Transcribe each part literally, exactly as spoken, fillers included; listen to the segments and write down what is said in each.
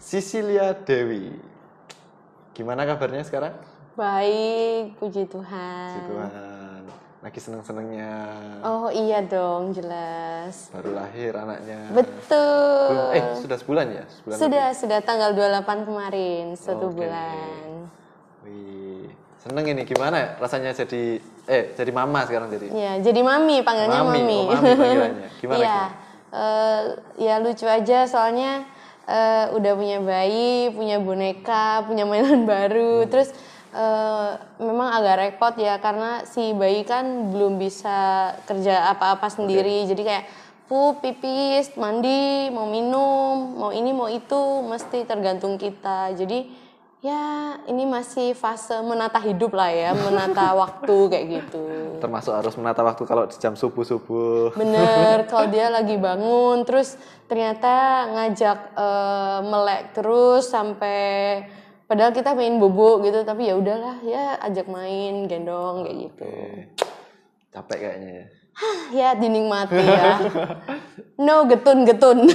Sisilia Dewi. Gimana kabarnya sekarang? Baik, puji Tuhan. Puji Tuhan. Lagi seneng-senengnya. Oh iya dong, jelas. Baru lahir anaknya. Betul. Belum, eh sudah sebulan ya? Sebulan sudah, lebih. sudah tanggal dua puluh delapan kemarin, satu Oke. bulan. Wih, seneng ini gimana rasanya jadi eh jadi mama sekarang jadi? Iya, jadi mami, panggilnya Mami, mami. oh, mami panggilannya. Gimana? Iya, uh, ya lucu aja soalnya uh, udah punya bayi, punya boneka, punya mainan baru, hmm. terus Uh, memang agak repot ya karena si bayi kan belum bisa kerja apa-apa sendiri, okay. Jadi kayak pup, pipis, mandi, mau minum, mau ini mau itu mesti tergantung kita. Jadi ya ini masih fase menata hidup lah ya, menata waktu kayak gitu. Termasuk harus menata waktu kalau di jam subuh-subuh. Bener, kalau dia lagi bangun terus ternyata ngajak uh, melek terus sampai padahal kita main bobo gitu, tapi ya udahlah ya ajak main, gendong kayak gitu. Capek kayaknya ya. Ya dinikmati ya. No getun-getun.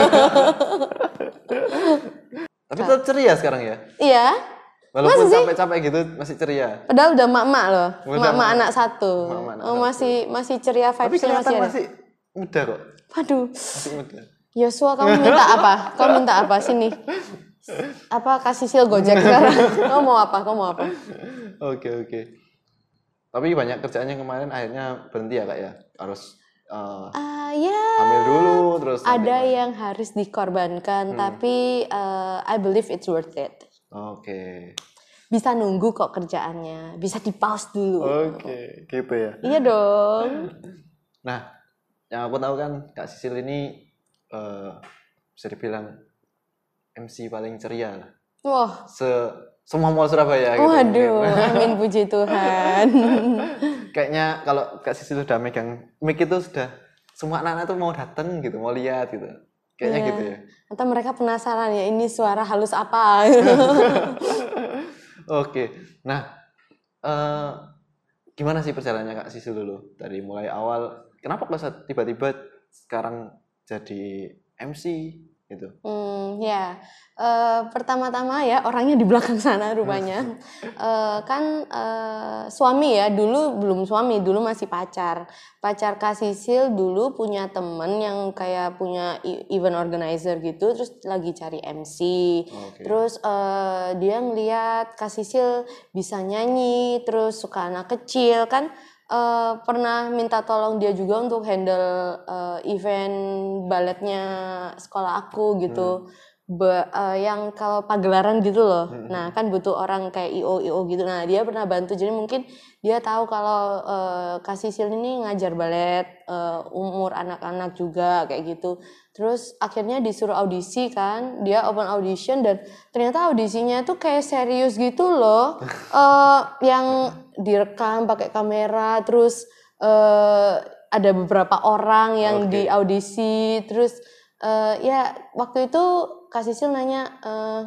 Tapi tetap ceria sekarang ya? Iya. Walaupun capek-capek gitu masih ceria. Padahal udah mak-mak loh, mak-mak anak satu. Mak-mak anak oh, satu. masih masih ceria vibes-nya. Tapi kelihatan masih, masih muda kok. Waduh. Masih muda. Yosua, kamu minta apa? Kamu minta apa? Sini. Apa kasih sil Gojek sekarang? Kamu mau apa? Kamu mau apa? Oke oke. Tapi banyak kerjaannya kemarin akhirnya berhenti ya kak ya? Harus uh, uh, ya, hamil dulu terus. Ada yang harus dikorbankan, hmm. tapi uh, I believe it's worth it. Oke. Okay. Bisa nunggu kok kerjaannya, bisa di pause dulu. Oke, okay. Gitu ya. Iya dong. Nah, yang aku tahu kan Kak Sisil ini uh, bisa dibilang M C paling ceria lah. Wah. Se semua mall Surabaya gitu. Waduh, amin puji Tuhan. Kayaknya kalau Kak Sisil sudah megang mic itu sudah semua anak-anak tuh mau datang gitu, mau lihat gitu. Kayaknya yeah. gitu ya. Atau mereka penasaran ya ini suara halus apa. Oke. Nah, uh, gimana sih perjalanannya Kak Sisil dulu? Dari mulai awal, kenapa kok tiba-tiba sekarang jadi M C gitu? Hmm, ya, uh, pertama-tama ya orangnya di belakang sana rupanya. uh, kan uh, suami ya, dulu belum suami, dulu masih pacar. Pacar Kak Sisil dulu punya temen yang kayak punya event organizer gitu, terus lagi cari M C. Okay. Terus uh, dia ngeliat Kak Sisil bisa nyanyi, terus suka anak kecil kan. Uh, pernah minta tolong dia juga untuk handle uh, event baletnya sekolah aku gitu. Hmm. Be, uh, yang kalau pagelaran gitu loh. Hmm. Nah kan butuh orang kayak I O I O gitu. Nah dia pernah bantu, jadi mungkin dia tahu kalau uh, Kak Sisil ini ngajar balet uh, umur anak-anak juga kayak gitu. Terus akhirnya disuruh audisi kan, dia open audition dan ternyata audisinya tuh kayak serius gitu loh. uh, yang direkam pakai kamera, terus uh, ada beberapa orang yang okay. di audisi, terus uh, ya waktu itu Kak Sisil nanya, uh,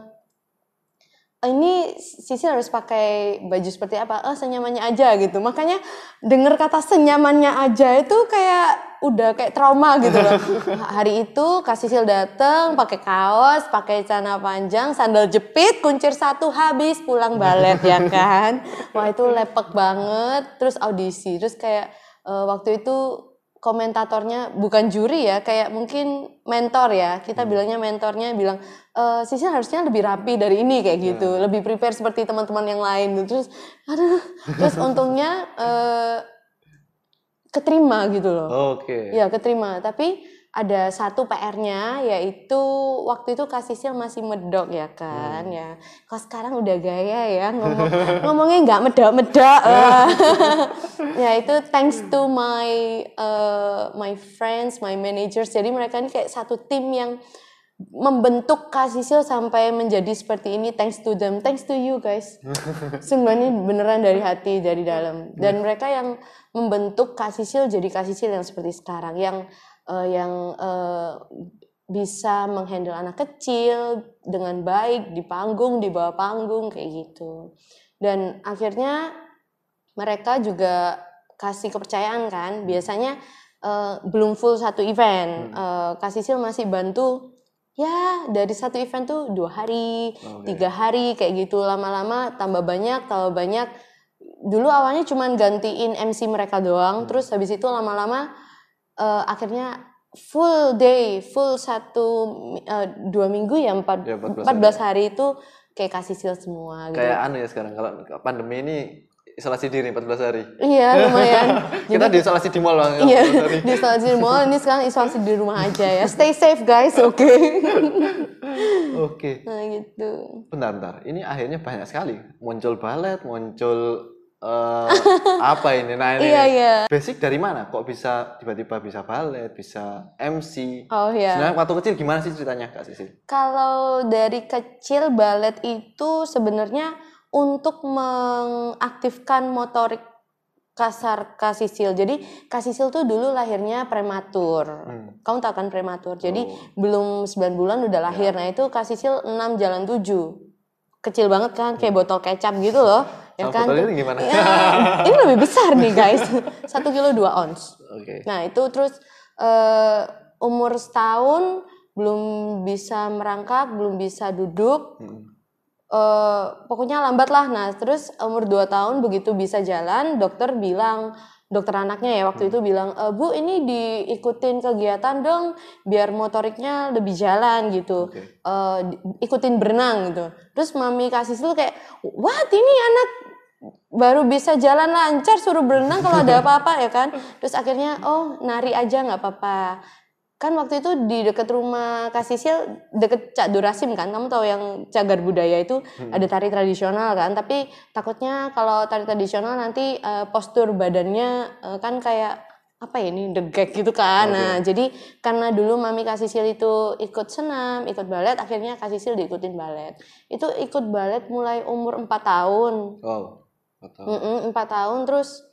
ini Sisil harus pakai baju seperti apa? Oh senyamannya aja gitu. Makanya denger kata senyamannya aja itu kayak udah kayak trauma gitu loh. Hari itu Kak Sisil dateng pakai kaos, pakai celana panjang, sandal jepit, kuncir satu habis pulang balet ya kan. Wah itu lepek banget. Terus audisi, terus kayak uh, waktu itu komentatornya bukan juri ya, kayak mungkin mentor ya, kita hmm. bilangnya mentornya bilang e, Sisil harusnya lebih rapi dari ini kayak gitu, yeah. lebih prepare seperti teman-teman yang lain. Terus aduh, terus untungnya uh, keterima gitu loh. Oke. Okay. Ya keterima, tapi ada satu P R-nya yaitu waktu itu Kak Sisil masih medok ya kan hmm. ya. Kalau sekarang udah gaya ya ngomong ngomongnya nggak medok-medok. Ya itu thanks to my uh, my friends, my managers. Jadi mereka ini kayak satu tim yang membentuk Kak Sisil sampai menjadi seperti ini. Thanks to them, thanks to you guys. Sungguh ini beneran dari hati, dari dalam. Dan mereka yang membentuk Kak Sisil jadi Kak Sisil yang seperti sekarang, yang Uh, yang uh, bisa menghandle anak kecil dengan baik di panggung, di bawah panggung kayak gitu. Dan akhirnya mereka juga kasih kepercayaan kan. Biasanya uh, belum full satu event, uh, Kak Sisil masih bantu ya dari satu event tuh dua hari, Oke. tiga hari kayak gitu, lama-lama tambah banyak, tambah banyak. Dulu awalnya cuman gantiin M C mereka doang, Hmm. terus habis itu lama-lama uh, akhirnya full day, full satu uh, dua minggu ya empat Ya, empat belas empat belas hari itu kayak kasih seal semua gitu. Kayak aneh ya sekarang kalau pandemi ini isolasi diri empat belas hari. Iya lumayan. Kita diisolasi di mall Bang. Iya, diisolasi di mall, ini sekarang isolasi di rumah aja ya. Stay safe guys, oke. Okay? Oke. Okay. Nah gitu. Bentar, bentar. Ini akhirnya banyak sekali. Muncul balet, muncul uh, apa ini? Nah ini iya, iya. basic dari mana? Kok bisa tiba-tiba bisa balet, bisa M C? Oh iya. Sebenarnya waktu kecil gimana sih ceritanya Kak Sisil? Kalau dari kecil balet itu sebenarnya untuk mengaktifkan motorik kasar Kak Sisil. Jadi Kak Sisil tuh dulu lahirnya prematur. Hmm. Kamu tahu kan prematur. Jadi oh. belum sembilan bulan udah lahir. Ya. Nah itu Kak Sisil enam jalan tujuh. Kecil banget kan, kayak botol kecap gitu loh. Ya kan? Botol ini gimana? Ya, ini lebih besar nih guys. Satu kilo dua ons. Okay. Nah itu terus uh, umur setahun belum bisa merangkak, belum bisa duduk. Hmm. Uh, pokoknya lambat lah. Nah terus umur dua tahun begitu bisa jalan, dokter bilang, dokter anaknya ya waktu hmm. itu bilang, e, Bu ini diikutin kegiatan dong biar motoriknya lebih jalan gitu. Okay. Uh, ikutin berenang gitu. Terus mami Kak Sisil kayak, what ini anak baru bisa jalan lancar suruh berenang kalau ada apa-apa ya kan. Terus akhirnya oh nari aja nggak apa-apa. Kan waktu itu di dekat rumah Kak Sisil, deket Cak Durasim kan, kamu tahu yang cagar budaya itu hmm. ada tari tradisional kan, tapi takutnya kalau tari tradisional nanti uh, postur badannya uh, kan kayak apa ya ini degek gitu kan. Okay. Nah jadi karena dulu mami Kak Sisil itu ikut senam, ikut balet, akhirnya Kak Sisil diikutin balet. Itu ikut balet mulai umur empat tahun. Wow. empat tahun. empat tahun terus.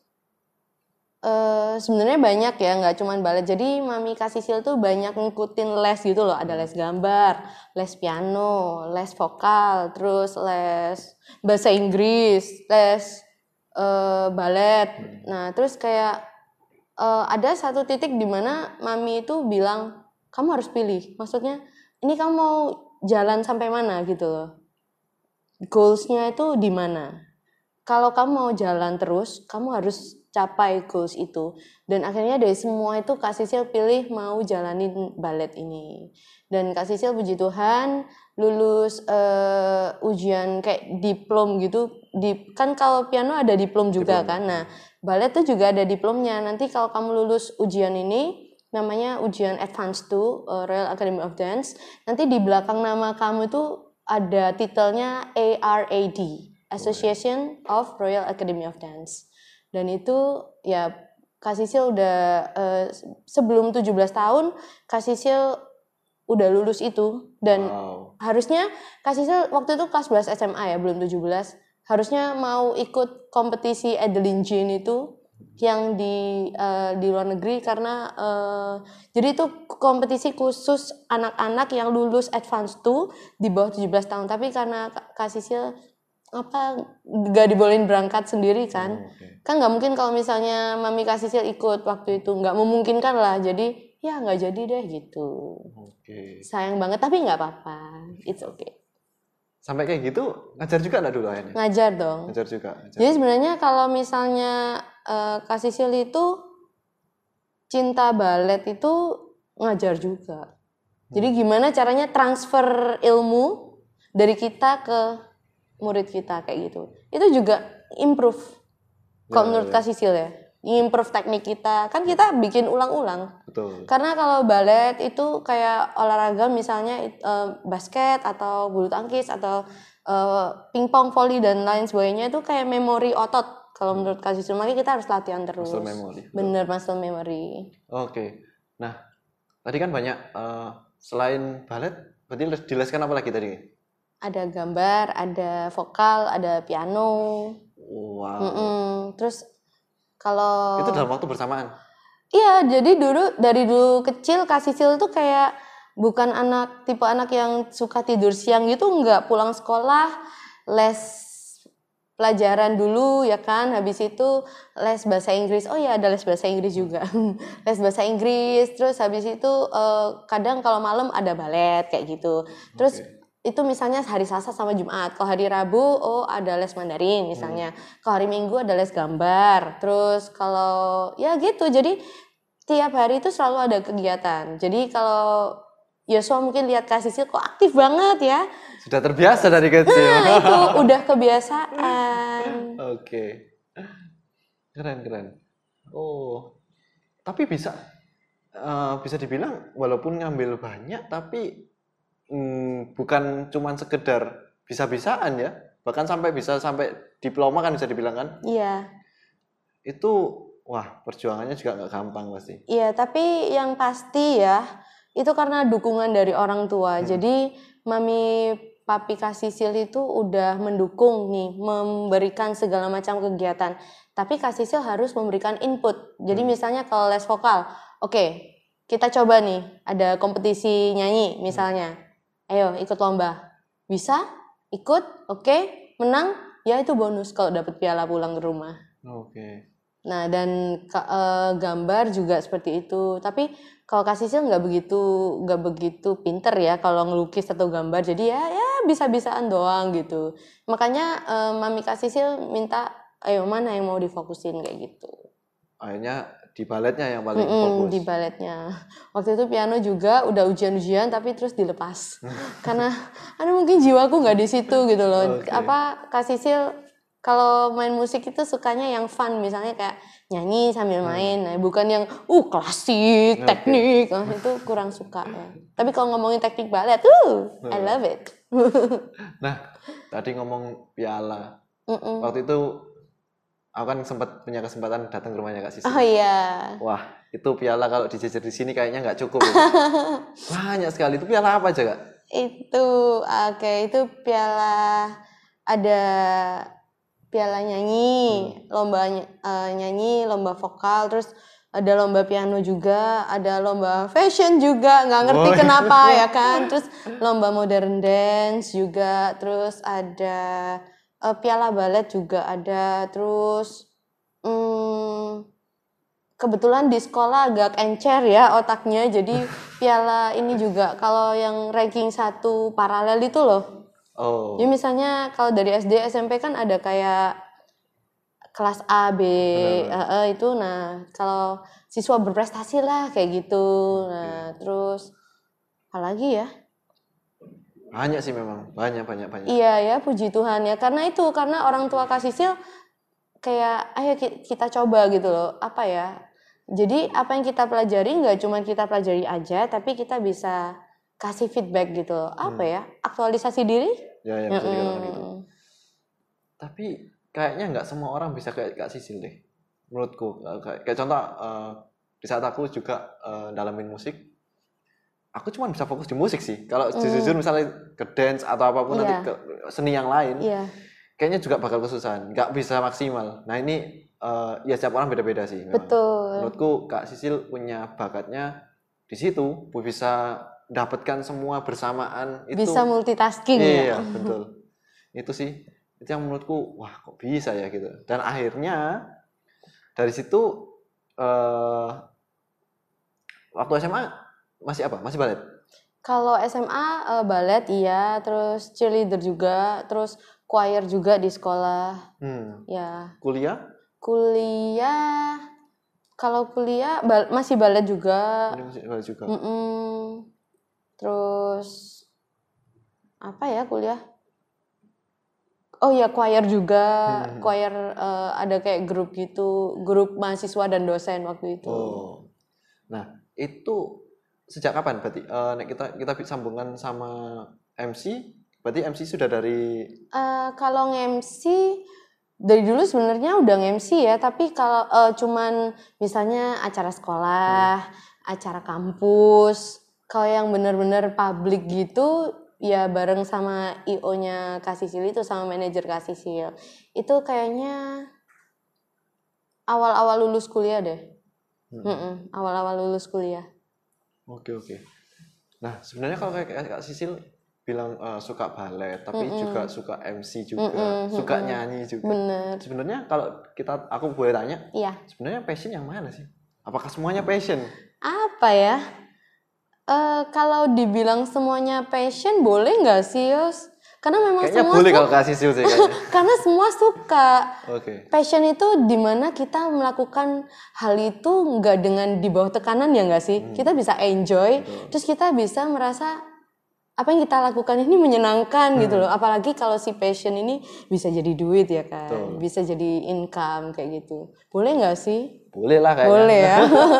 Uh, sebenarnya banyak ya, nggak cuma balet. Jadi mami Kak Sisil tuh banyak ngikutin les gitu loh. Ada les gambar, les piano, les vokal, terus les bahasa Inggris, les uh, balet. Nah terus kayak uh, ada satu titik di mana mami itu bilang kamu harus pilih. Maksudnya ini kamu mau jalan sampai mana gitu loh. Goalsnya itu di mana? Kalau kamu mau jalan terus, kamu harus capai goals itu. Dan akhirnya dari semua itu Kak Sisil pilih mau jalanin balet ini. Dan Kak Sisil puji Tuhan lulus uh, ujian kayak diplom gitu. Di, kan kalau piano ada diplom juga diplom. Kan. Nah balet tuh juga ada diplomnya. Nanti kalau kamu lulus ujian ini, namanya ujian Advanced dua, uh, Royal Academy of Dance. Nanti di belakang nama kamu itu ada titelnya A R A D, Association of Royal Academy of Dance. Dan itu ya Kak Sisil udah uh, sebelum tujuh belas tahun Kak Sisil udah lulus itu. Dan wow. harusnya Kak Sisil waktu itu kelas sebelas S M A ya, belum tujuh belas. Harusnya mau ikut kompetisi Adeline Jean itu yang di uh, di luar negeri karena uh, jadi itu kompetisi khusus anak-anak yang lulus Advanced dua di bawah tujuh belas tahun. Tapi karena Kak Sisil apa gak dibolehin berangkat sendiri kan. Oh, okay. Kan nggak mungkin kalau misalnya mami Kak Sisil ikut waktu itu, nggak memungkinkan lah. Jadi ya nggak jadi deh gitu. Okay. Sayang banget tapi nggak apa-apa, it's okay. Sampai kayak gitu ngajar juga nggak dulu akhirnya? Ngajar dong. Ngajar juga. Ngajar. Jadi sebenarnya kalau misalnya uh, Kak Sisil itu cinta balet itu ngajar juga. Jadi gimana caranya transfer ilmu dari kita ke murid kita kayak gitu. Itu juga improve. Kalau ya, menurut ya. Kak Sisil ya, improve teknik kita. Kan kita bikin ulang-ulang. Betul. Karena kalau balet itu kayak olahraga misalnya uh, basket atau bulu tangkis atau uh, pingpong, volley dan lain sebagainya itu kayak memori otot. Kalau hmm. menurut Kak Sisil, makanya kita harus latihan terus. Muscle memory. Bener, muscle memory. Oke. Nah, tadi kan banyak uh, selain balet, berarti dileskan apa lagi tadi? Ada gambar, ada vokal, ada piano. Wow. Mm-mm. Terus kalau itu dalam waktu bersamaan? Iya, jadi dulu dari dulu kecil Kak Sisil tuh kayak bukan anak tipe anak yang suka tidur siang gitu, enggak, pulang sekolah les pelajaran dulu ya kan, habis itu les bahasa Inggris. Oh ya ada les bahasa Inggris juga. Les bahasa Inggris, terus habis itu uh, kadang kalau malam ada balet kayak gitu. Terus Oke. itu misalnya hari Selasa sama Jumat. Kalau hari Rabu oh ada les Mandarin misalnya. Hmm. Kalau hari Minggu ada les gambar. Terus kalau ya gitu. Jadi tiap hari itu selalu ada kegiatan. Jadi kalau Yosua mungkin lihat Kak Sisil kok aktif banget ya. Sudah terbiasa dari kecil. Nah, itu udah kebiasaan. Oke. Keren, keren. Oh. Tapi bisa uh, bisa dibilang walaupun ngambil banyak tapi hmm, bukan cuman sekedar bisa-bisaan ya. Bahkan sampai bisa sampai diploma kan bisa dibilang kan? Iya. Itu wah, perjuangannya juga nggak gampang pasti. Iya, tapi yang pasti ya itu karena dukungan dari orang tua. Hmm. Jadi Mami Papi Kak Sisil itu udah mendukung nih, memberikan segala macam kegiatan. Tapi Kak Sisil harus memberikan input. Jadi hmm. misalnya kalau les vokal, oke, okay, kita coba nih, ada kompetisi nyanyi misalnya. Hmm. Ayo ikut lomba. Bisa? Ikut? Oke, okay, menang? Ya itu bonus kalau dapat piala pulang ke rumah. Oke. Okay. Nah dan uh, gambar juga seperti itu. Tapi kalau Kak Sisil nggak begitu nggak begitu pinter ya kalau ngelukis atau gambar. Jadi ya ya bisa-bisaan doang gitu. Makanya uh, Mami Kak Sisil minta, ayo mana yang mau difokusin kayak gitu. Akhirnya di baletnya yang paling Mm-mm, fokus. Di baletnya. Waktu itu piano juga udah ujian-ujian tapi terus dilepas. Karena aduh mungkin jiwaku nggak di situ gitu loh. Okay. Apa Kak Sisil kalau main musik itu sukanya yang fun, misalnya kayak nyanyi sambil main, hmm. nah, bukan yang uh klasik, okay. teknik, nah, itu kurang suka ya. Tapi kalau ngomongin teknik balet, uh, I love it. Nah, tadi ngomong piala, Mm-mm. waktu itu aku kan sempat punya kesempatan datang ke rumahnya Kak Sisil. Oh iya. Wah, itu piala kalau dijejer di sini kayaknya nggak cukup. Banyak sekali. Itu piala apa aja Kak? Itu, oke, okay, itu piala ada. Piala nyanyi, hmm. lomba uh, nyanyi, lomba vokal, terus ada lomba piano juga, ada lomba fashion juga, nggak ngerti oh. kenapa ya kan, terus lomba modern dance juga, terus ada uh, piala balet juga ada, terus hmm, kebetulan di sekolah agak encer ya otaknya, jadi piala ini juga kalau yang ranking satu paralel itu loh. Oh. Jadi misalnya kalau dari S D S M P kan ada kayak kelas A, B, uh, uh, itu, nah kalau siswa berprestasi lah kayak gitu, nah okay. Terus apa lagi ya? Banyak sih memang, banyak banyak banyak. Iya ya, puji Tuhan ya, karena itu karena orang tua Kak Sisil kayak ayo kita coba gitu loh, apa ya? Jadi apa yang kita pelajari nggak cuma kita pelajari aja, tapi kita bisa kasih feedback gitu loh. Apa hmm. ya? Aktualisasi diri? Ya, ya bisa dikatakan gitu. Tapi kayaknya nggak semua orang bisa kayak Kak Sisil deh. Menurutku. Kayak, kayak contoh, uh, di saat aku juga uh, dalamin musik, aku cuma bisa fokus di musik sih. Kalau mm. jujur misalnya ke dance atau apapun yeah. nanti ke seni yang lain, yeah. kayaknya juga bakal kesusahan. Nggak bisa maksimal. Nah ini, uh, ya setiap orang beda-beda sih. Memang. Betul. Menurutku Kak Sisil punya bakatnya di situ, bisa dapatkan semua bersamaan itu bisa multitasking iya, ya. Betul. Itu sih itu yang menurutku wah kok bisa ya gitu. Dan akhirnya dari situ uh, waktu S M A masih apa? Masih balet? Kalau S M A uh, balet iya, terus cheerleader juga, terus choir juga di sekolah. Hmm. Ya. Kuliah? Kuliah kalau kuliah bal- masih balet juga. Masih balet juga. Mm-mm. Terus apa ya kuliah? Oh ya choir juga, hmm. choir uh, ada kayak grup gitu, grup mahasiswa dan dosen waktu itu. Oh, nah itu sejak kapan berarti? Uh, kita kita sambungan sama M C, berarti M C sudah dari? Uh, kalau nge-M C dari dulu sebenarnya udah nge-M C ya, tapi kalau uh, cuman misalnya acara sekolah, hmm. acara kampus. Kalau yang benar-benar publik gitu, ya bareng sama I O-nya Kak Sisil itu, sama manajer Kak Sisil. Itu kayaknya awal-awal lulus kuliah deh. Hmm. Awal-awal lulus kuliah. Oke, oke. Nah, sebenarnya kalau kayak Kak Sisil, bilang uh, suka balet, tapi Mm-mm. juga suka M C juga, Mm-mm, suka mm-mm. nyanyi juga. Bener. Sebenarnya kalau kita, aku boleh tanya, Iya. sebenarnya passion yang mana sih? Apakah semuanya passion? Apa ya? Uh, kalau dibilang semuanya passion boleh nggak sih, Yos? Karena memang Kayaknya semua boleh suka. kalau kasih sih kayaknya. Karena semua suka. Oke. Okay. Passion itu dimana kita melakukan hal itu nggak dengan di bawah tekanan ya nggak sih? Hmm. Kita bisa enjoy, betul. Terus kita bisa merasa apa yang kita lakukan ini menyenangkan hmm. gitu loh. Apalagi kalau si passion ini bisa jadi duit ya kan, betul. Bisa jadi income kayak gitu. Boleh nggak sih? Boleh lah kayaknya. Boleh ya.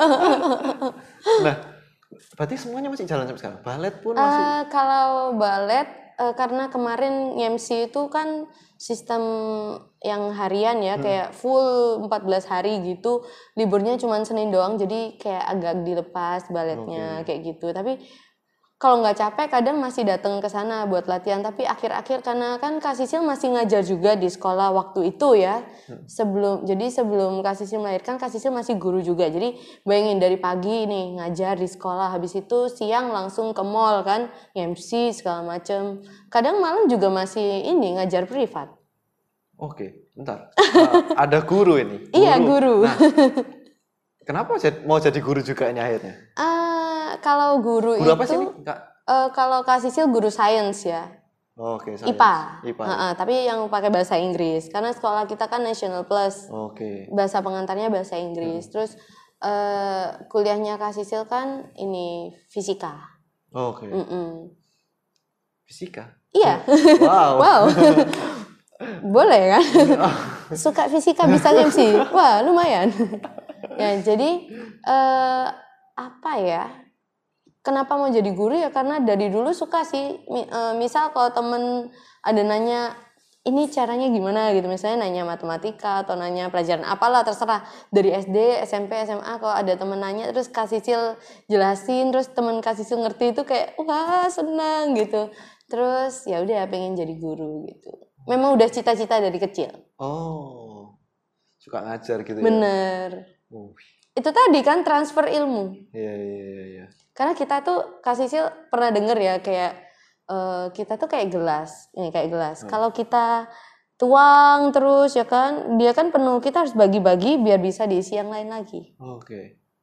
Nah, berarti semuanya masih jalan sampai sekarang. Balet pun masih. Uh, kalau balet uh, karena kemarin M C itu kan sistem yang harian ya, hmm. kayak full empat belas hari gitu. Liburnya cuma Senin doang, jadi kayak agak dilepas baletnya okay. kayak gitu. Tapi kalau nggak capek kadang masih datang ke sana buat latihan, tapi akhir-akhir karena kan Kak Sisil masih ngajar juga di sekolah waktu itu ya. Hmm. Sebelum jadi sebelum Kak Sisil melahirkan, Kak Sisil masih guru juga. Jadi bayangin dari pagi nih ngajar di sekolah, habis itu siang langsung ke mall kan, M C segala macem. Kadang malam juga masih ini ngajar privat. Oke, bentar. Uh, ada guru ini. Guru. Iya, guru. Nah, kenapa mau jadi guru juga ini akhirnya? Uh, kalau guru, guru itu, apa sih ini, Kak? Uh, kalau Kak Sisil guru sains ya. Oh, Oke, okay, I P A. I P A. Uh, uh, tapi yang pakai bahasa Inggris. Karena sekolah kita kan National Plus. Oke. Okay. Bahasa pengantarnya bahasa Inggris. Hmm. Terus uh, kuliahnya Kak Sisil kan ini fisika. Oh, Oke. Okay. Mm-mm. Fisika? Iya. Wow. Wow. Boleh kan? Suka fisika bisa M C. Wah, lumayan. Ya, jadi uh, apa ya? Kenapa mau jadi guru ya? Karena dari dulu suka sih. Uh, misal kalau temen ada nanya, ini caranya gimana gitu. Misalnya nanya matematika atau nanya pelajaran apalah terserah. Dari S D, S M P, S M A kalau ada temen nanya terus Kak Sisil jelasin, terus temen Kak Sisil ngerti itu kayak wah senang gitu. Terus ya udah pengen jadi guru gitu. Memang udah cita-cita dari kecil. Oh, suka ngajar gitu. Bener. Ya? Uh. Itu tadi kan transfer ilmu. Iya, iya, iya. Karena kita tuh, Kak Sisil pernah denger ya kayak uh, kita tuh kayak gelas, ini kayak gelas. Hmm. Kalau kita tuang terus ya kan, dia kan penuh, kita harus bagi-bagi biar bisa diisi yang lain lagi. Oke. Okay.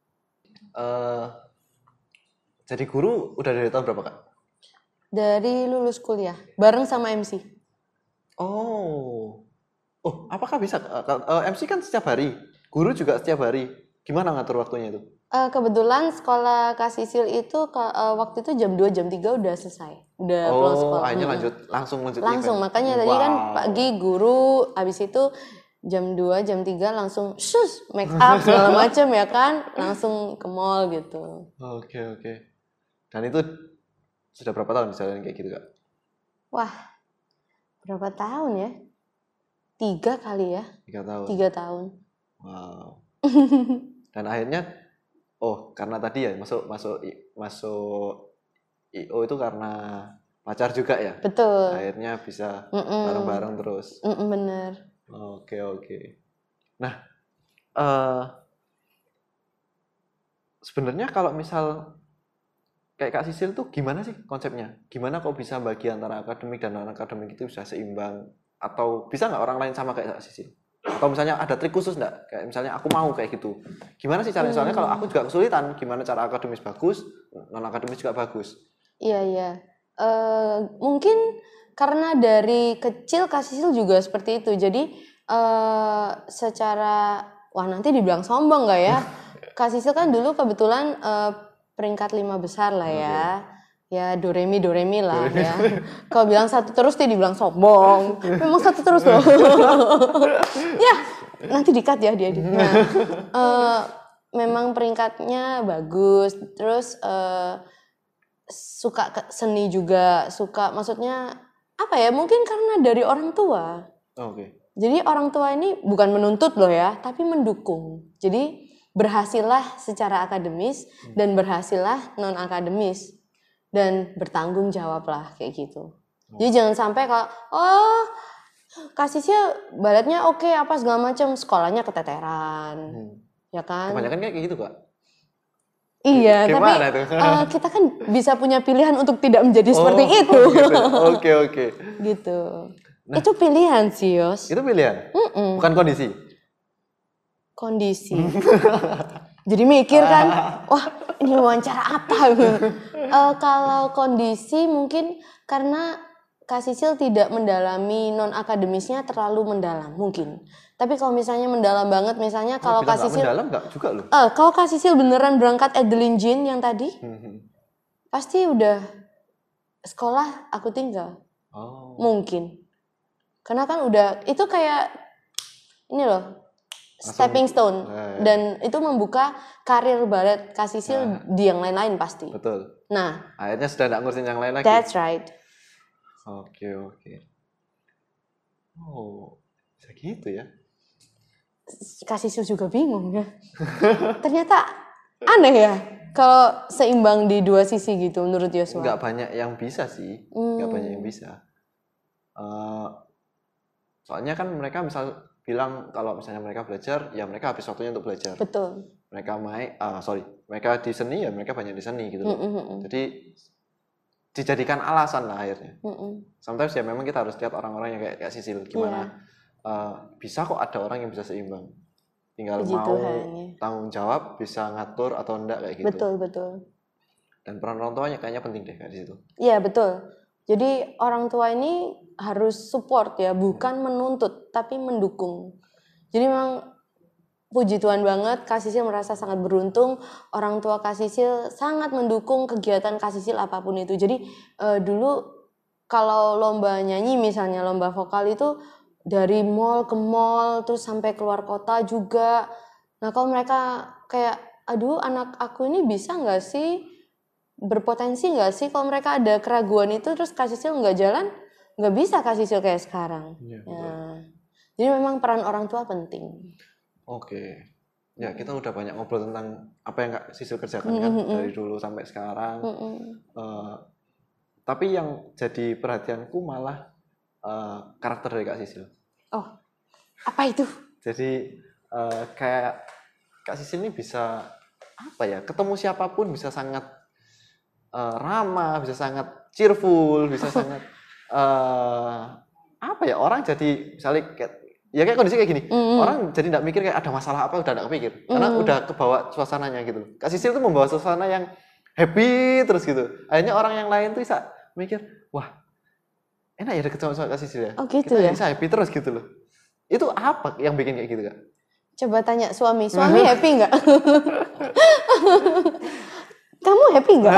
Uh, jadi guru udah dari tahun berapa Kak? Dari lulus kuliah, bareng sama M C. Oh, oh, apakah bisa? Uh, M C kan setiap hari, guru juga setiap hari. Gimana ngatur waktunya itu? Uh, kebetulan sekolah Kak Sisil itu uh, waktu itu jam dua, jam tiga udah selesai, udah oh, pulang sekolah. Oh, akhirnya lanjut langsung lanjut. Langsung, event. Makanya wow. Tadi kan pagi guru, habis itu jam dua, jam tiga langsung sus make up segala macam ya kan, langsung ke mall gitu. Oke okay, oke. Okay. Dan itu sudah berapa tahun misalnya kayak gitu Kak? Wah. Berapa tahun ya? Tiga kali ya? Tiga tahun. Tiga tahun. Wow. Dan akhirnya, oh karena tadi ya masuk masuk masuk I O itu karena pacar juga ya? Betul. Akhirnya bisa Mm-mm. bareng-bareng terus. Mm-mm, bener. Oke oke. Nah, uh, sebenarnya kalau misal kayak Kak Sisil tuh gimana sih konsepnya? Gimana kok bisa bagi antara akademik dan non-akademik itu bisa seimbang? Atau bisa nggak orang lain sama kayak Kak Sisil? Atau misalnya ada trik khusus nggak? Kayak misalnya aku mau kayak gitu. Gimana sih caranya? Soalnya kalau aku juga kesulitan. Gimana cara akademis bagus, non-akademis juga bagus? Iya, iya. Uh, mungkin karena dari kecil Kak Sisil juga seperti itu. Jadi uh, secara... Wah nanti dibilang sombong nggak ya? Kak Sisil kan dulu kebetulan... Uh, peringkat lima besar lah ya. Okay. Ya do re mi do re mi lah do ya. Kalau bilang satu terus dia dibilang sombong. Memang satu terus loh. Ya, nanti di-cut ya dia. Nah, uh, memang peringkatnya bagus. Terus uh, suka seni juga, suka maksudnya apa ya? Mungkin karena dari orang tua. Oke. Okay. Jadi orang tua ini bukan menuntut loh ya, tapi mendukung. Jadi berhasillah secara akademis dan berhasillah non akademis dan bertanggung jawablah kayak gitu. Oh. Jadi jangan sampai kalau oh kasihnya baletnya oke okay, apa segala macam, sekolahnya keteteran, hmm. ya kan? Kebanyakan kayak gitu Kak. Iya, tapi Gimana tuh? uh, kita kan bisa punya pilihan untuk tidak menjadi Oh, seperti itu. gitu. Oke, oke. Gitu. Nah. Itu pilihan sih, Yos. Itu pilihan? Mm-mm. Bukan kondisi? Kondisi. Jadi mikir kan, wah ini wawancara apa? uh, kalau kondisi mungkin karena Kak Sisil tidak mendalami non-akademisnya terlalu mendalam, mungkin. Tapi kalau misalnya mendalam banget, misalnya kalau oh, Kak Sisil... mendalam nggak juga loh? Uh, kalau Kak Sisil beneran berangkat Adeline Jean yang tadi, hmm. pasti udah sekolah aku tinggal. Oh. Mungkin. Karena kan udah, itu kayak, ini loh, stepping stone. Nah, dan itu membuka karir balet Kak Sisil nah. di yang lain-lain pasti. Betul. Nah. Akhirnya sudah nggak ngurusin yang lain lagi. That's right. Oke, oke. Oh, bisa gitu ya. Kak Sisil juga bingung ya. Ternyata aneh ya. Kalau seimbang di dua sisi gitu menurut Yosua. Nggak banyak yang bisa sih. Hmm. Nggak banyak yang bisa. Uh, soalnya kan mereka misal bilang kalau misalnya mereka belajar, ya mereka habis waktunya untuk belajar. Betul. Mereka main, ah sorry, mereka di seni ya mereka banyak di seni gitu loh. Mm-hmm. Jadi dijadikan alasan lah akhirnya. Mm-hmm. Sometimes ya memang kita harus lihat orang-orang yang kayak kayak Sisil gimana yeah. uh, bisa kok ada orang yang bisa seimbang. Tinggal Puji mau Tuhan, ya. Tanggung jawab, bisa ngatur atau enggak kayak gitu. Betul betul. Dan peran orang tuanya kayaknya penting deh kayak di situ. Iya betul. Jadi orang tua ini harus support ya, bukan menuntut, tapi mendukung. Jadi memang puji Tuhan banget, Kak Sisil merasa sangat beruntung. Orang tua Kak Sisil sangat mendukung kegiatan Kak Sisil apapun itu. Jadi uh, dulu kalau lomba nyanyi misalnya, lomba vokal itu dari mall ke mall, terus sampai keluar kota juga. Nah kalau mereka kayak, aduh anak aku ini bisa nggak sih? Berpotensi nggak sih kalau mereka ada keraguan itu terus Kak Sisil nggak jalan, nggak bisa Kak Sisil kayak sekarang. Ya, ya. Jadi memang peran orang tua penting. Oke, ya kita udah banyak ngobrol tentang apa yang Kak Sisil kerjakan kan mm-hmm. dari dulu sampai sekarang. Mm-hmm. Uh, tapi yang jadi perhatianku malah uh, karakter dari Kak Sisil. Oh, apa itu? Jadi uh, kayak Kak Sisil ini bisa apa ya? Ketemu siapapun bisa sangat Uh, ramah, bisa sangat cheerful, bisa sangat uh, apa ya orang jadi misalnya kayak, ya kayak kondisi kayak gini mm. orang jadi tidak mikir kayak ada masalah apa udah tidak kepikir mm. karena udah kebawa suasananya gitu. Kak Sisil tuh membawa suasana yang happy terus gitu. Akhirnya orang yang lain tuh bisa mikir wah enak ya deket sama Kak Sisil ya. Oh, gitu kita ya? bisa happy terus gitu loh. Itu apa yang bikin kayak gitu Kak? Coba tanya suami, suami happy nggak? Kamu happy nggak?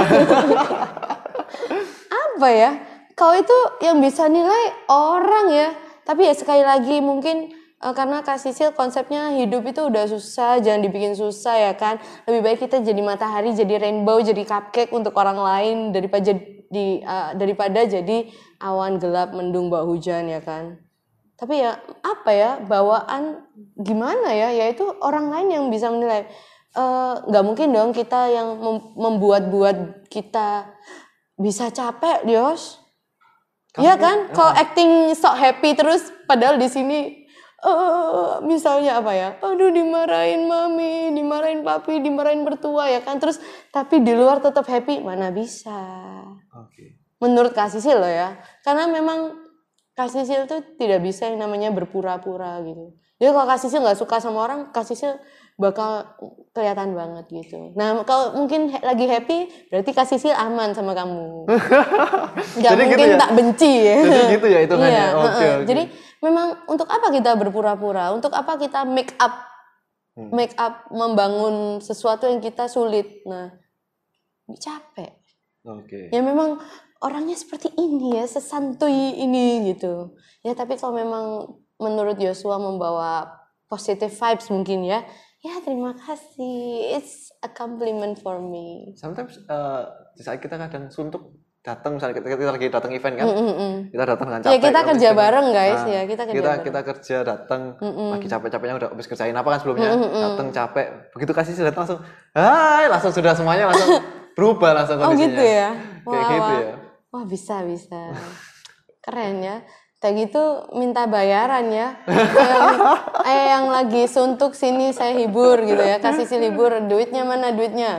Apa ya? Kau itu yang bisa nilai orang ya. Tapi ya sekali lagi mungkin uh, karena Kak Sisil konsepnya hidup itu udah susah, jangan dibikin susah ya kan. Lebih baik kita jadi matahari, jadi rainbow, jadi cupcake untuk orang lain daripada jadi uh, daripada jadi awan gelap mendung bau hujan ya kan. Tapi ya apa ya bawaan gimana ya? Yaitu orang lain yang bisa menilai. Nggak uh, mungkin dong kita yang mem- membuat-buat kita bisa capek, Yos. Iya kan? Kalau uh. acting sok happy terus, padahal di sini, uh, misalnya apa ya? Aduh dimarahin mami, dimarahin papi, dimarahin mertua ya kan? Terus tapi di luar tetap happy, mana bisa? Okay. Menurut Kak Sisil loh ya, karena memang Kak Sisil tuh tidak bisa yang namanya berpura-pura gitu. Jadi kalau Kak Sisil nggak suka sama orang, Kak Sisil bakal kelihatan banget gitu. Nah kalau mungkin he- lagi happy, berarti Kak Sisil aman sama kamu. Gak mungkin gitu ya? Tak benci ya. Jadi gitu ya hitungannya. Iya, okay, okay. Jadi memang untuk apa kita berpura-pura? Untuk apa kita make up, hmm. make up membangun sesuatu yang kita sulit. Nah, capek. Okay. Ya memang orangnya seperti ini ya, sesantuy ini gitu. Ya tapi kalau memang menurut Yosua membawa positive vibes mungkin ya. Ya terima kasih, it's a compliment for me. Sometimes uh, di saat kita kadang suntuk datang misalnya kita, kita lagi datang event kan, mm-mm. kita datang dengan capek. Ya kita kerja event, bareng guys nah, ya kita kerja kita, bareng. Kita kerja datang mm-mm. lagi capek-capeknya udah habis kerjain apa kan sebelumnya, mm-mm. datang capek. Begitu kasih sudah langsung, hai langsung sudah semuanya langsung berubah langsung kondisinya. Oh gitu ya. Wah, kayak gitu wah. ya. Wah bisa bisa, keren ya. Kayak gitu minta bayaran ya. yang, eh yang lagi suntuk sini saya hibur gitu ya. Kasih si libur, duitnya mana duitnya?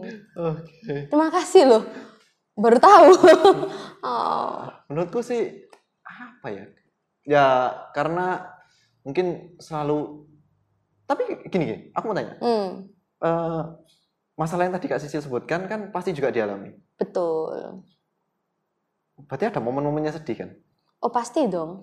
Oke. Terima kasih loh. Baru tahu. Oh. Menurutku sih apa ya? Ya karena mungkin selalu. Tapi gini gini, aku mau tanya. Hmm. Uh, masalah yang tadi Kak Sisil sebutkan kan pasti juga dialami. Betul. Berarti ada momen-momennya sedih kan? Oh pasti dong.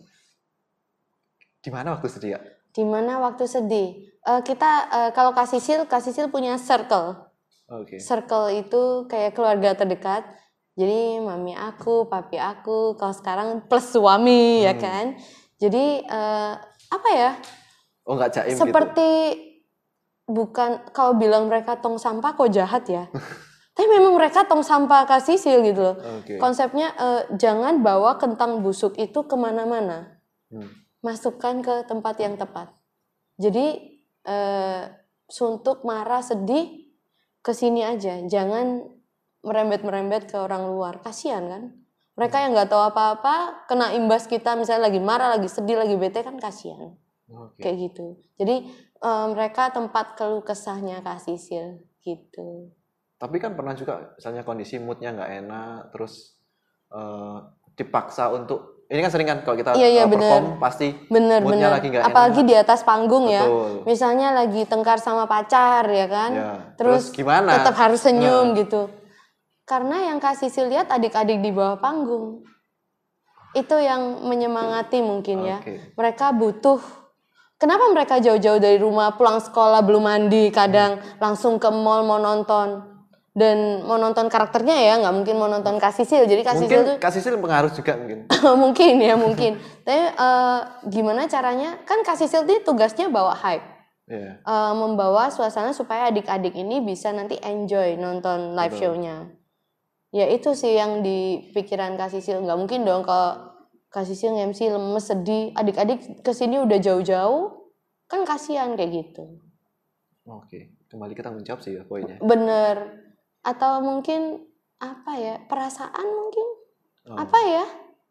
Di mana waktu sedih ya? Di mana waktu sedih? Uh, kita uh, kalau Kak Sisil, Kak Sisil punya circle. Oke. Okay. Circle itu kayak keluarga terdekat. Jadi mami aku, papi aku, kalau sekarang plus suami hmm. ya kan. Jadi uh, apa ya? Oh nggak jaim seperti gitu. Bukan kalau bilang mereka tong sampah kok jahat ya. Tapi memang mereka tong sampah Kak Sisil gitu loh. Okay. Konsepnya uh, jangan bawa kentang busuk itu kemana-mana. Hmm. Masukkan ke tempat yang tepat. Jadi uh, suntuk, marah, sedih kesini aja. Jangan merembet-merembet ke orang luar, kasihan kan? Mereka yang nggak tahu apa-apa kena imbas kita, misalnya lagi marah, lagi sedih, lagi bete kan kasihan. Okay. Kayak gitu. Jadi um, mereka tempat keluh kesahnya Kak Sisil gitu. Tapi kan pernah juga misalnya kondisi moodnya nggak enak, terus uh, dipaksa untuk ini kan sering kan kalau kita iya, iya, uh, perform bener. pasti bener, moodnya bener. lagi nggak enak. Apalagi di atas panggung. Betul. Ya. Betul. Misalnya lagi tengkar sama pacar ya kan. Ya. Terus, terus gimana? Tetap harus senyum nah. gitu. Karena yang Kak Sisil lihat adik-adik di bawah panggung. Itu yang menyemangati mungkin ya. Okay. Mereka butuh. Kenapa mereka jauh-jauh dari rumah, pulang sekolah belum mandi, kadang hmm. langsung ke mall mau nonton. Dan mau nonton karakternya ya, nggak mungkin mau nonton Kak Sisil. Jadi Kak Sisil tuh Kak Sisil pengaruh juga mungkin. mungkin ya, mungkin. Tapi uh, gimana caranya? Kan Kak Sisil tuh tugasnya bawa hype. Yeah. Uh, membawa suasana supaya adik-adik ini bisa nanti enjoy nonton live Betul. Show-nya. Ya itu sih yang di pikiran Kak Sisil. Nggak mungkin dong kalau Kak Sisil nge-M C lemes, sedih. Adik-adik kesini udah jauh-jauh. Kan kasihan kayak gitu. Oke, kembali ke tanggung jawab sih ya poinnya. Bener. Atau mungkin apa ya, perasaan mungkin. Oh. Apa ya?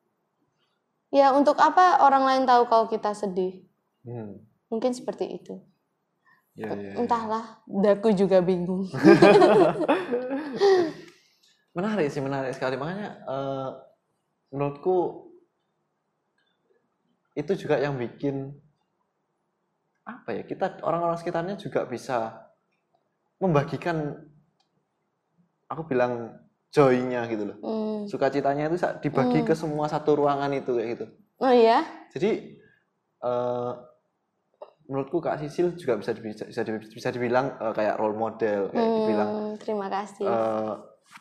Ya untuk apa orang lain tahu kalau kita sedih. Hmm. Mungkin seperti itu. Ya, ya, ya. Entahlah, daku juga bingung. Menarik sih, menarik sekali. Makanya uh, menurutku itu juga yang bikin apa ya, kita orang-orang sekitarnya juga bisa membagikan, aku bilang joy-nya gitu loh. Hmm. Sukacitanya itu dibagi hmm. ke semua satu ruangan itu kayak gitu. Oh iya? Jadi uh, menurutku Kak Sisil juga bisa bisa bisa, bisa dibilang uh, kayak role model, kayak hmm, dibilang. Terima kasih. Uh,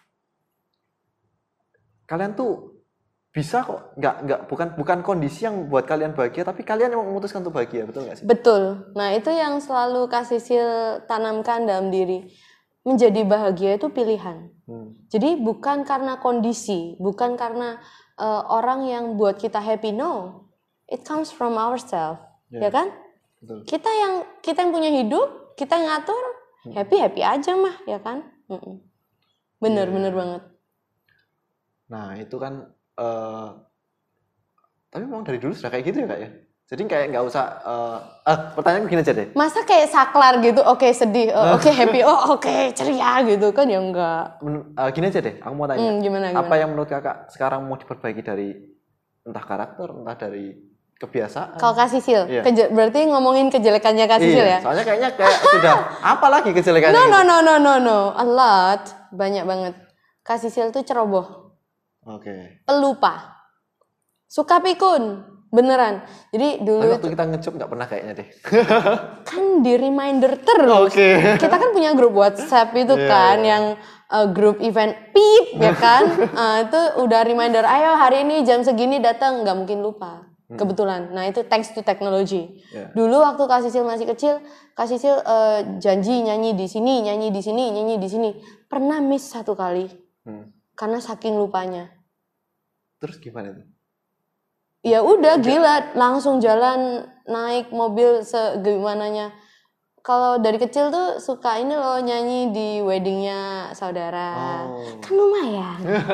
kalian tuh bisa kok, nggak nggak bukan bukan kondisi yang buat kalian bahagia, tapi kalian yang memutuskan untuk bahagia, betul nggak sih? Betul. Nah itu yang selalu Kak Sisil tanamkan dalam diri. Menjadi bahagia itu pilihan. Hmm. Jadi bukan karena kondisi, bukan karena uh, orang yang buat kita happy, no. It comes from ourselves, yeah. Ya kan? Betul. Kita yang kita yang punya hidup, kita yang ngatur, hmm. happy happy aja mah, ya kan? Mm-mm. Bener yeah. bener banget. Nah itu kan, uh, tapi memang dari dulu sudah kayak gitu ya Kak ya? Jadi kayak nggak usah, uh, uh, pertanyaan begini aja deh. Masa kayak saklar gitu, oke okay, sedih, oh, oke okay, happy, oh oke okay, ceria gitu kan ya enggak. Men, uh, gini aja deh, aku mau tanya. Hmm, gimana, gimana? Apa yang menurut Kakak sekarang mau diperbaiki dari entah karakter, entah dari kebiasaan? Kalau Kak Sisil, iya. Keje- berarti ngomongin kejelekannya Kak Sisil iya, ya? Soalnya kayaknya kayak sudah, apa lagi kejelekannya? No, gitu? no, no, no, no, no, a lot, banyak banget. Kak Sisil tuh ceroboh. Oke. Okay. Pelupa. Suka pikun. Beneran. Jadi dulu tapi waktu itu, kita ngejob nggak pernah kayaknya deh. Kan di reminder terus. Okay. Kita kan punya grup WhatsApp itu yeah, kan yeah. yang uh, grup event pip ya kan. uh, itu udah reminder, ayo hari ini jam segini datang, nggak mungkin lupa. Hmm. Kebetulan. Nah itu thanks to technology. Yeah. Dulu waktu Kak Sisil masih kecil, Kak Sisil uh, janji nyanyi di sini, nyanyi di sini, nyanyi di sini. Pernah miss satu kali. Hmm. Karena saking lupanya. Terus gimana tuh? Ya udah gila, langsung jalan naik mobil segimananya. Kalau dari kecil tuh suka ini loh nyanyi di weddingnya saudara. Oh. Kan lumayan.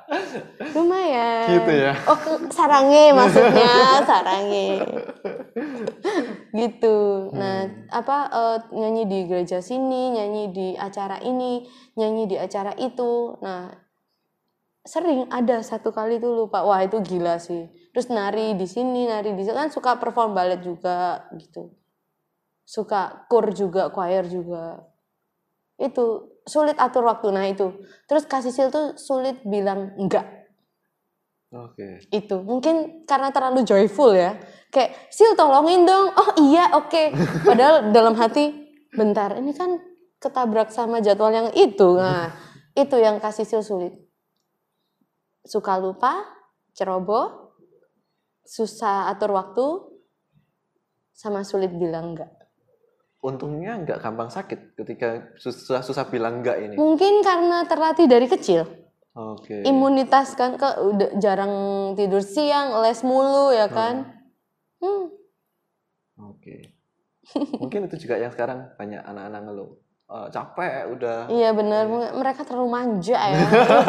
Lumayan. Gitu ya. Oh, sarange maksudnya, sarange. Gitu. Nah, Hmm. apa uh, nyanyi di gereja sini, nyanyi di acara ini, nyanyi di acara itu. Nah, sering ada satu kali tuh lupa. Wah, itu gila sih. Terus nari di sini, nari di sini, kan suka perform ballet juga gitu. Suka kur juga, choir juga. Itu sulit atur waktu. Nah, itu. Terus Kak Sisil tuh sulit bilang enggak. Oke. Itu mungkin karena terlalu joyful ya, kayak Sil tolongin dong, oh iya oke okay. Padahal dalam hati bentar ini kan ketabrak sama jadwal yang itu. Nah itu yang kasih Sil sulit, suka lupa, ceroboh, susah atur waktu, sama sulit bilang enggak. Untungnya enggak gampang sakit ketika susah-susah bilang enggak ini. Mungkin karena terlatih dari kecil. Oke. Imunitas kan, ke udah jarang tidur siang, les mulu ya kan. Hmm. Hmm. Oke. Mungkin itu juga yang sekarang banyak anak-anak ngeluh. Uh, capek udah. Iya benar, ya. Mereka terlalu manja ya.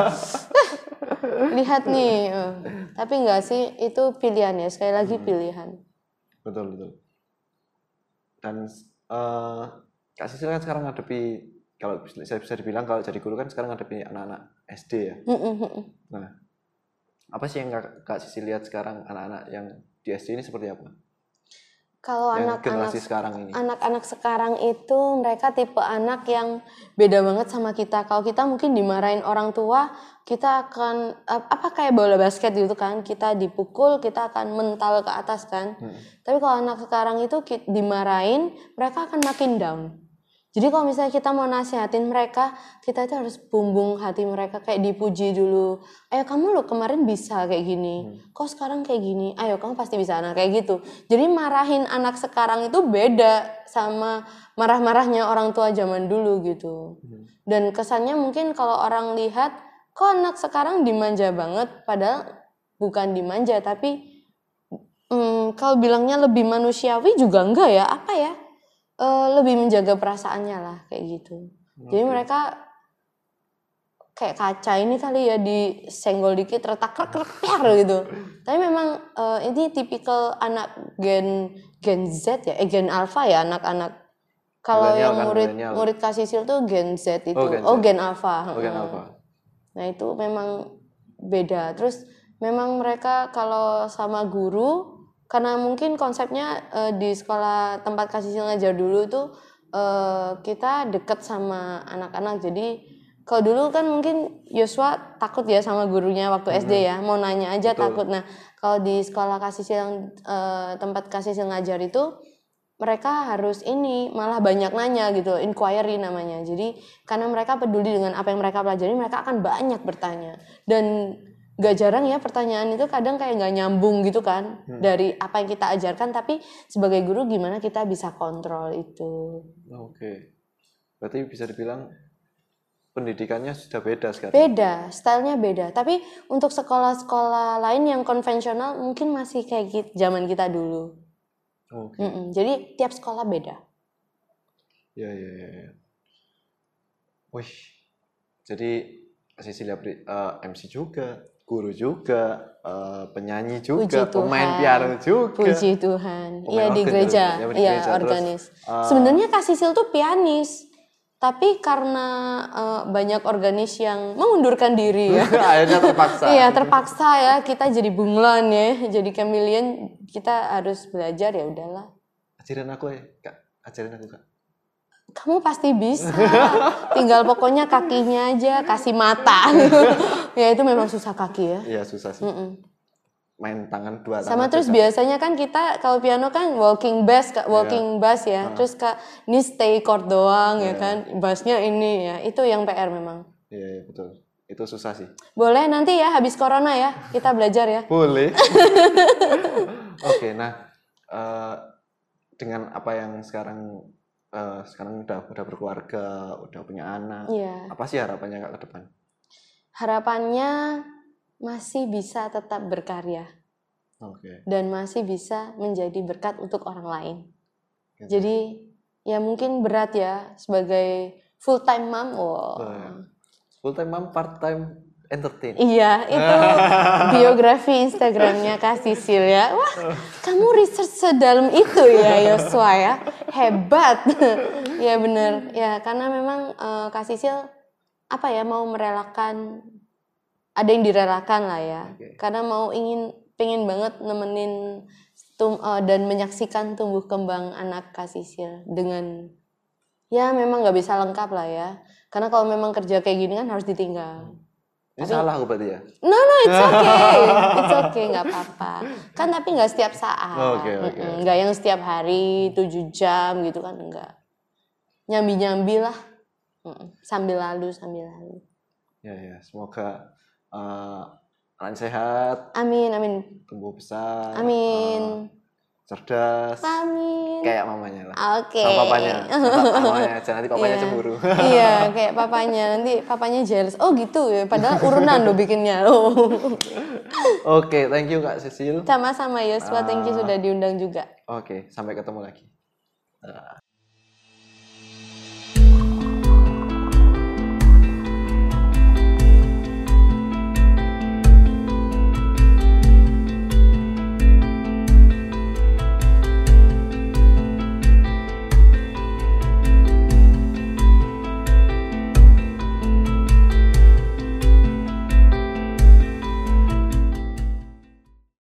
Lihat nih. Uh. Tapi enggak sih, itu pilihan ya, sekali lagi hmm. pilihan. Betul betul. Dan uh, Kak Sisil kan sekarang ngadepi, kalau saya bisa dibilang kalau jadi guru kan sekarang ngadepi anak-anak S D ya. Nah, apa sih yang Kak Sisil lihat sekarang anak-anak yang di S D ini seperti apa? Kalau anak-anak sekarang ini, anak-anak sekarang itu mereka tipe anak yang beda banget sama kita. Kalau kita mungkin dimarahin orang tua, kita akan apa kayak bola basket gitu kan, kita dipukul, kita akan mental ke atas kan. Hmm. Tapi kalau anak sekarang itu dimarahin, mereka akan makin down. Jadi kalau misalnya kita mau nasihatin mereka, kita itu harus bumbung hati mereka, kayak dipuji dulu. Ayo kamu lo kemarin bisa kayak gini, hmm. kok sekarang kayak gini, ayo kamu pasti bisa, nah kayak gitu. Jadi marahin anak sekarang itu beda sama marah-marahnya orang tua zaman dulu gitu. Hmm. Dan kesannya mungkin kalau orang lihat, kok anak sekarang dimanja banget, padahal bukan dimanja, tapi hmm, kalau bilangnya lebih manusiawi juga enggak ya, apa ya? Uh, lebih menjaga perasaannya lah kayak gitu. Okay. Jadi mereka kayak kaca ini kali ya, disenggol dikit retak retak gitu. Tapi memang uh, ini tipikal anak gen gen Z ya, eh, gen alpha ya anak-anak. Kalau yang kan, murid millennial. Murid Kak Sisil tuh gen Z itu, oh gen, oh, gen alpha. Oh, gen alpha. Nah itu memang beda. Terus memang mereka kalau sama guru, karena mungkin konsepnya uh, di sekolah tempat Kak Sisil ngajar dulu tuh uh, kita deket sama anak-anak. Jadi kalau dulu kan mungkin Yosua takut ya sama gurunya waktu hmm. S D ya, mau nanya aja. Betul. Takut. Nah kalau di sekolah Kak Sisil yang uh, tempat Kak Sisil ngajar itu, mereka harus ini malah banyak nanya gitu, inquiry namanya. Jadi karena mereka peduli dengan apa yang mereka pelajari, mereka akan banyak bertanya. Dan gak jarang ya pertanyaan itu kadang kayak gak nyambung gitu kan hmm. dari apa yang kita ajarkan, tapi sebagai guru gimana kita bisa kontrol itu. Oke, berarti bisa dibilang pendidikannya sudah beda sekarang. Beda, stylenya beda. Tapi untuk sekolah-sekolah lain yang konvensional mungkin masih kayak gitu, zaman kita dulu. Oke. Jadi tiap sekolah beda. Ya ya ya. ya. Wih, jadi Cecilia uh, M C juga, guru juga, uh, penyanyi juga, pemain piano juga. Puji Tuhan. Iya di gereja, iya organis. Uh, Sebenarnya Kak Sisil tuh pianis, tapi karena uh, banyak organis yang mengundurkan diri ya. Akhirnya terpaksa. Iya terpaksa ya, kita jadi bunglon ya, jadi chameleon, kita harus belajar ya udahlah. Ajarin aku ya, Kak. Ajarin aku, Kak. Kamu pasti bisa, tinggal pokoknya kakinya aja kasih mata. Ya itu memang susah kaki ya. Iya susah sih. Mm-mm. Main tangan dua tangan. Sama terus biasanya kan kita kalau piano kan walking bass, walking yeah. bass ya. Uh. Terus kak ini stay chord doang yeah. ya kan, bassnya ini ya. Itu yang P R memang. Iya yeah, yeah, betul. Itu susah sih. Boleh nanti ya habis corona ya kita belajar ya. Boleh. Oke, okay, nah uh, dengan apa yang sekarang Uh, sekarang udah udah berkeluarga, udah punya anak. Yeah. Apa sih harapannya Kak ke depan? Harapannya masih bisa tetap berkarya. Okay. Dan masih bisa menjadi berkat untuk orang lain. Gitu. Jadi ya mungkin berat ya sebagai full time mom. Wow. Oh, ya. Full time mom, part time entertain. Iya, itu biografi Instagramnya Kak Sisil ya. Wah, kamu research sedalam itu ya Yosua ya. Hebat. Ya bener. Ya karena memang uh, Kak Sisil apa ya mau merelakan, ada yang direlakan lah ya. Okay. Karena mau ingin, pengen banget nemenin tum, uh, dan menyaksikan tumbuh kembang anak Kak Sisil dengan, ya memang nggak bisa lengkap lah ya. Karena kalau memang kerja kayak gini kan harus ditinggal. Ini tapi, salah aku berarti ya? No, no, it's okay. It's okay, nggak apa-apa. Kan tapi nggak setiap saat. Oke, oke. Nggak yang setiap hari, tujuh jam gitu kan, enggak. Nyambi-nyambi lah. Mm-mm. Sambil lalu, sambil lalu. Ya, ya. Semoga uh, anak sehat. Amin, amin. Tumbuh besar. Amin. Uh, cerdas. Amin. Kayak mamanya lah. Oke. Okay. Sama papanya. Sama mamanya aja, nanti papanya yeah. cemburu. Iya, kayak papanya. Nanti papanya jealous. Oh gitu ya, padahal urunan lo bikinnya. Oh. Oke, okay, thank you Kak Sisil. Sama-sama Yosua, uh, thank you sudah diundang juga. Oke, okay, sampai ketemu lagi. Uh.